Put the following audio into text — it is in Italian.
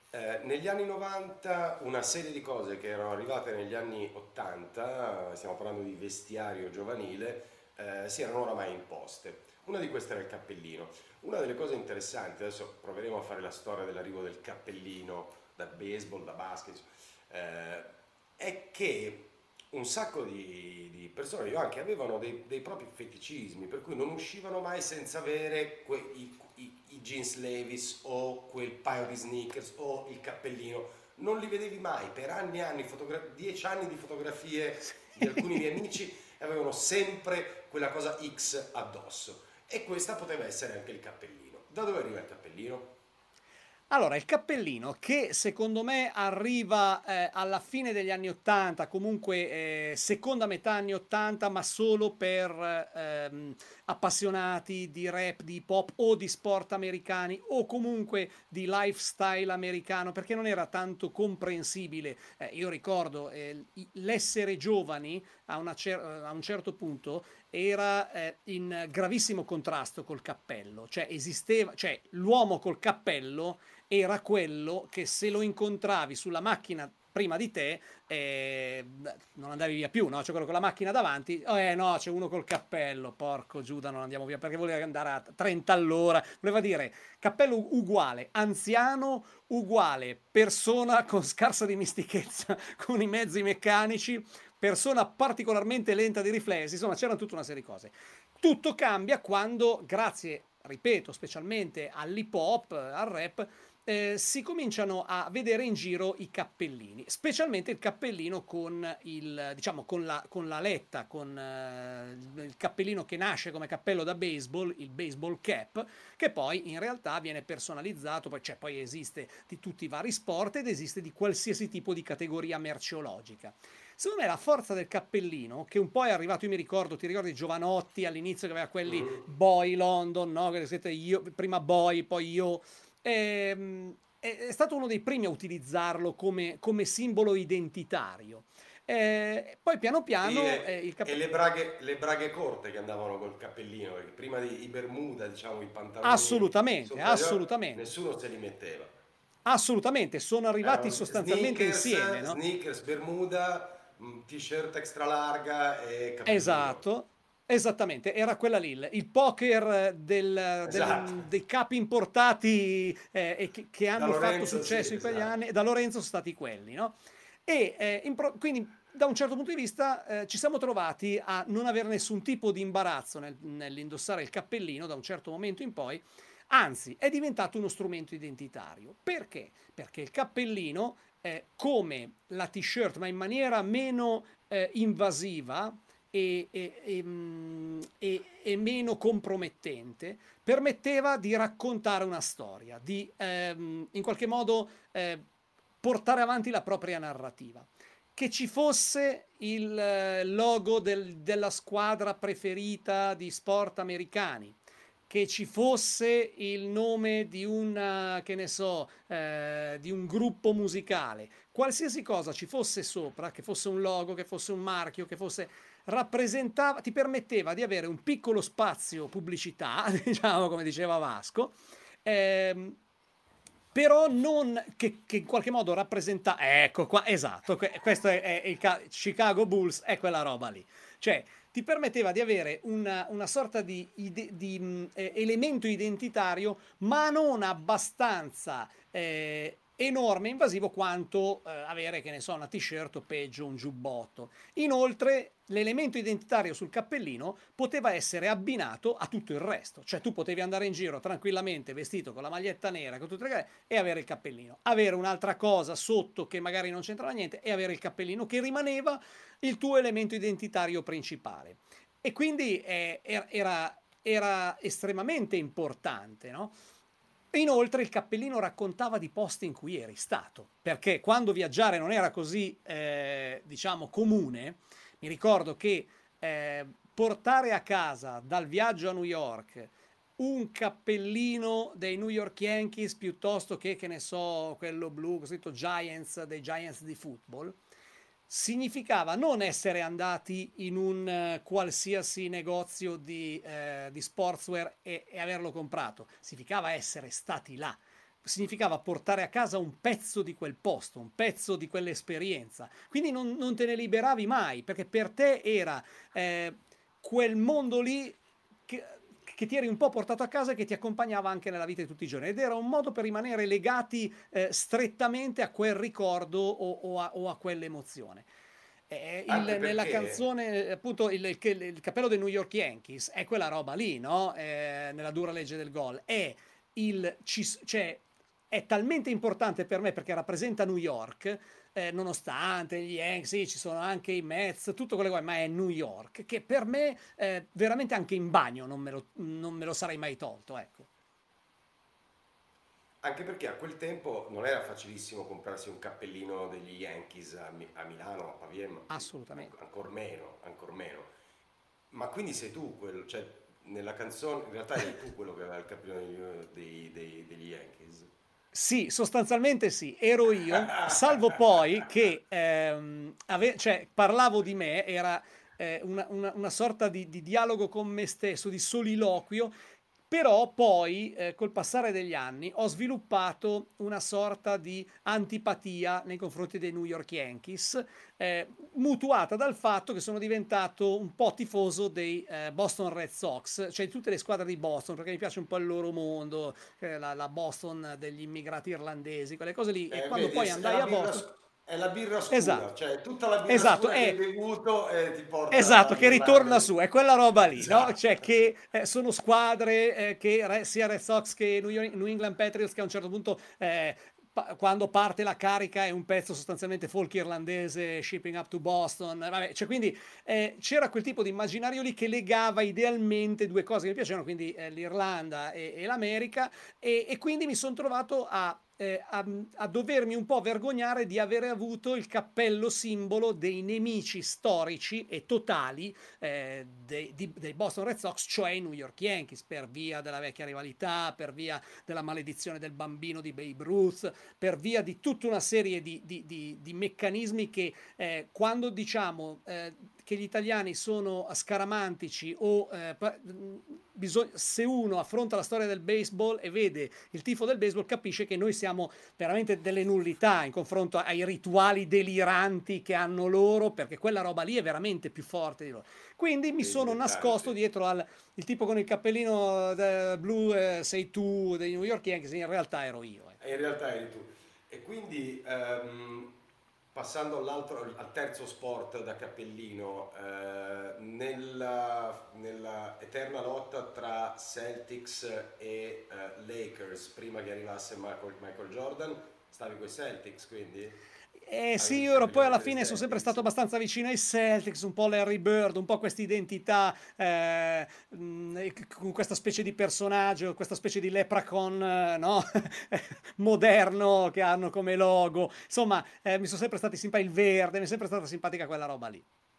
Negli anni 90 una serie di cose che erano arrivate negli anni 80, stiamo parlando di vestiario giovanile, si erano oramai imposte. Una di queste era il cappellino. Una delle cose interessanti, adesso proveremo a fare la storia dell'arrivo del cappellino da baseball, da basket, è che un sacco di persone, io anche, avevano dei propri feticismi, per cui non uscivano mai senza avere i jeans Levi's o quel paio di sneakers o il cappellino. Non li vedevi mai, per anni e anni, 10 anni di fotografie di alcuni miei amici e avevano sempre quella cosa X addosso. E questa poteva essere anche il cappellino. Da dove arriva il cappellino? Allora, il cappellino che secondo me arriva alla fine degli anni 80, comunque seconda metà anni 80, ma solo per appassionati di rap, di hip hop o di sport americani o comunque di lifestyle americano, perché non era tanto comprensibile. Io ricordo l'essere giovani a un certo punto era in gravissimo contrasto col cappello, cioè esisteva, cioè l'uomo col cappello era quello che se lo incontravi sulla macchina prima di te non andavi via più, no? C'è quello con la macchina davanti, no, c'è uno col cappello, porco Giuda, non andiamo via perché voleva andare a 30 all'ora, voleva dire cappello uguale, anziano uguale, persona con scarsa dimestichezza con i mezzi meccanici, persona particolarmente lenta di riflessi, insomma c'era tutta una serie di cose. Tutto cambia quando, grazie, ripeto, specialmente all'hip hop, al rap, si cominciano a vedere in giro i cappellini, specialmente il cappellino con il, diciamo, con la letta, con il cappellino che nasce come cappello da baseball, il baseball cap, che poi in realtà viene personalizzato, poi esiste di tutti i vari sport ed esiste di qualsiasi tipo di categoria merceologica. Secondo me la forza del cappellino, che un po' è arrivato, io mi ricordo, ti ricordi Giovanotti all'inizio che aveva quelli Mhm. Boy London, no? Che siete io, prima Boy, poi io. È stato uno dei primi a utilizzarlo come simbolo identitario. Poi piano Sì, piano e le braghe corte che andavano col cappellino, perché prima i Bermuda, diciamo, i pantaloni assolutamente, sopra gli occhi, assolutamente, nessuno se li metteva. assolutamente, sono arrivati Erano sostanzialmente insieme, no? sneakers, Bermuda, t-shirt extra larga e cappellino. Esatto, esattamente, era quella lì, il poker Esatto. dei capi importati e che Da hanno fatto Lorenzo, sì, successo in quegli esatto. anni, da Lorenzo sono stati quelli, no? E quindi da un certo punto di vista ci siamo trovati a non avere nessun tipo di imbarazzo nell'indossare il cappellino da un certo momento in poi, anzi è diventato uno strumento identitario. Perché? Perché il cappellino, come la t-shirt, ma in maniera meno invasiva, e meno compromettente, permetteva di raccontare una storia, di in qualche modo portare avanti la propria narrativa. Che ci fosse il logo della squadra preferita di sport americani, che ci fosse il nome di una, che ne so, di un gruppo musicale, qualsiasi cosa ci fosse sopra, che fosse un logo, che fosse un marchio, che fosse rappresentava, ti permetteva di avere un piccolo spazio pubblicità, diciamo come diceva Vasco, ehm, però non che in qualche modo rappresenta, ecco qua, esatto, questo è il Chicago Bulls, è quella roba lì. Cioè, ti permetteva di avere una sorta di elemento identitario, ma non abbastanza enorme e invasivo quanto avere, che ne so, una t-shirt o peggio un giubbotto. Inoltre, l'elemento identitario sul cappellino poteva essere abbinato a tutto il resto, cioè tu potevi andare in giro tranquillamente vestito con la maglietta nera con tutte le cose, e avere il cappellino, avere un'altra cosa sotto che magari non c'entrava niente e avere il cappellino che rimaneva il tuo elemento identitario principale. E quindi era estremamente importante, no? Inoltre il cappellino raccontava di posti in cui eri stato, perché quando viaggiare non era così, diciamo, comune, mi ricordo che portare a casa dal viaggio a New York un cappellino dei New York Yankees piuttosto che ne so, quello blu, con scritto Giants, dei Giants di football, significava non essere andati in un qualsiasi negozio di sportswear e averlo comprato, significava essere stati là. significava portare a casa un pezzo di quel posto, un pezzo di quell'esperienza. Quindi non te ne liberavi mai, perché per te era quel mondo lì che ti eri un po' portato a casa e che ti accompagnava anche nella vita di tutti i giorni. Ed era un modo per rimanere legati strettamente a quel ricordo o a quell'emozione. Anche Nella perché canzone, appunto, il cappello dei New York Yankees è quella roba lì, no? Nella dura legge del gol. Cioè, è talmente importante per me perché rappresenta New York, nonostante gli Yankees, sì, ci sono anche i Mets, tutto quello che vuoi, ma è New York, che per me veramente anche in bagno non me lo sarei mai tolto, ecco. Anche perché a quel tempo non era facilissimo comprarsi un cappellino degli Yankees a Milano, a Pavia, Assolutamente. ancor meno, ancor meno. Ma quindi sei tu quello, cioè nella canzone, in realtà eri tu quello che aveva il cappellino degli Yankees. Sì, sostanzialmente sì, ero io, salvo poi che cioè, parlavo di me, era una sorta di dialogo con me stesso, di soliloquio, però poi col passare degli anni ho sviluppato una sorta di antipatia nei confronti dei New York Yankees, mutuata dal fatto che sono diventato un po' tifoso dei Boston Red Sox, cioè di tutte le squadre di Boston, perché mi piace un po' il loro mondo, la Boston degli immigrati irlandesi, quelle cose lì. E quando Vedi, poi è andai la a Boston, è la birra scura, esatto, cioè tutta la birra esatto, scura che hai bevuto ti porta esatto, che all'Irlanda. ritorna su, è quella roba lì, no? Cioè Esatto. che sono squadre che sia Red Sox che New England Patriots che a un certo punto quando parte la carica è un pezzo sostanzialmente folk irlandese, Shipping Up to Boston, vabbè, cioè quindi c'era quel tipo di immaginario lì che legava idealmente due cose che mi piacevano, quindi l'Irlanda e l'America, e quindi mi sono trovato a dovermi un po' vergognare di avere avuto il cappello simbolo dei nemici storici e totali dei Boston Red Sox, cioè i New York Yankees, per via della vecchia rivalità, per via della maledizione del bambino di Babe Ruth, per via di tutta una serie di meccanismi che quando diciamo che gli italiani sono scaramantici o se uno affronta la storia del baseball e vede il tifo del baseball capisce che noi siamo veramente delle nullità in confronto ai rituali deliranti che hanno loro, perché quella roba lì è veramente più forte di loro. Quindi mi Dei sono nascosto dilettanti. dietro al il tipo con il cappellino blu, sei tu dei New York Yankees, in realtà ero io. E in realtà eri tu. E quindi passando al terzo sport da cappellino, nella eterna lotta tra Celtics e Lakers, prima che arrivasse Michael Jordan, stavi con i Celtics, quindi avevi Sì, il io poi cappellino alla dei fine sono sempre stato Celtics. abbastanza vicino ai Celtics, un po' Larry Bird, un po' questa identità con questa specie di personaggio, questa specie di leprechaun, no? Moderno che hanno come logo. Insomma, mi sono sempre stati simpatici, il verde, mi è sempre stata simpatica quella roba lì.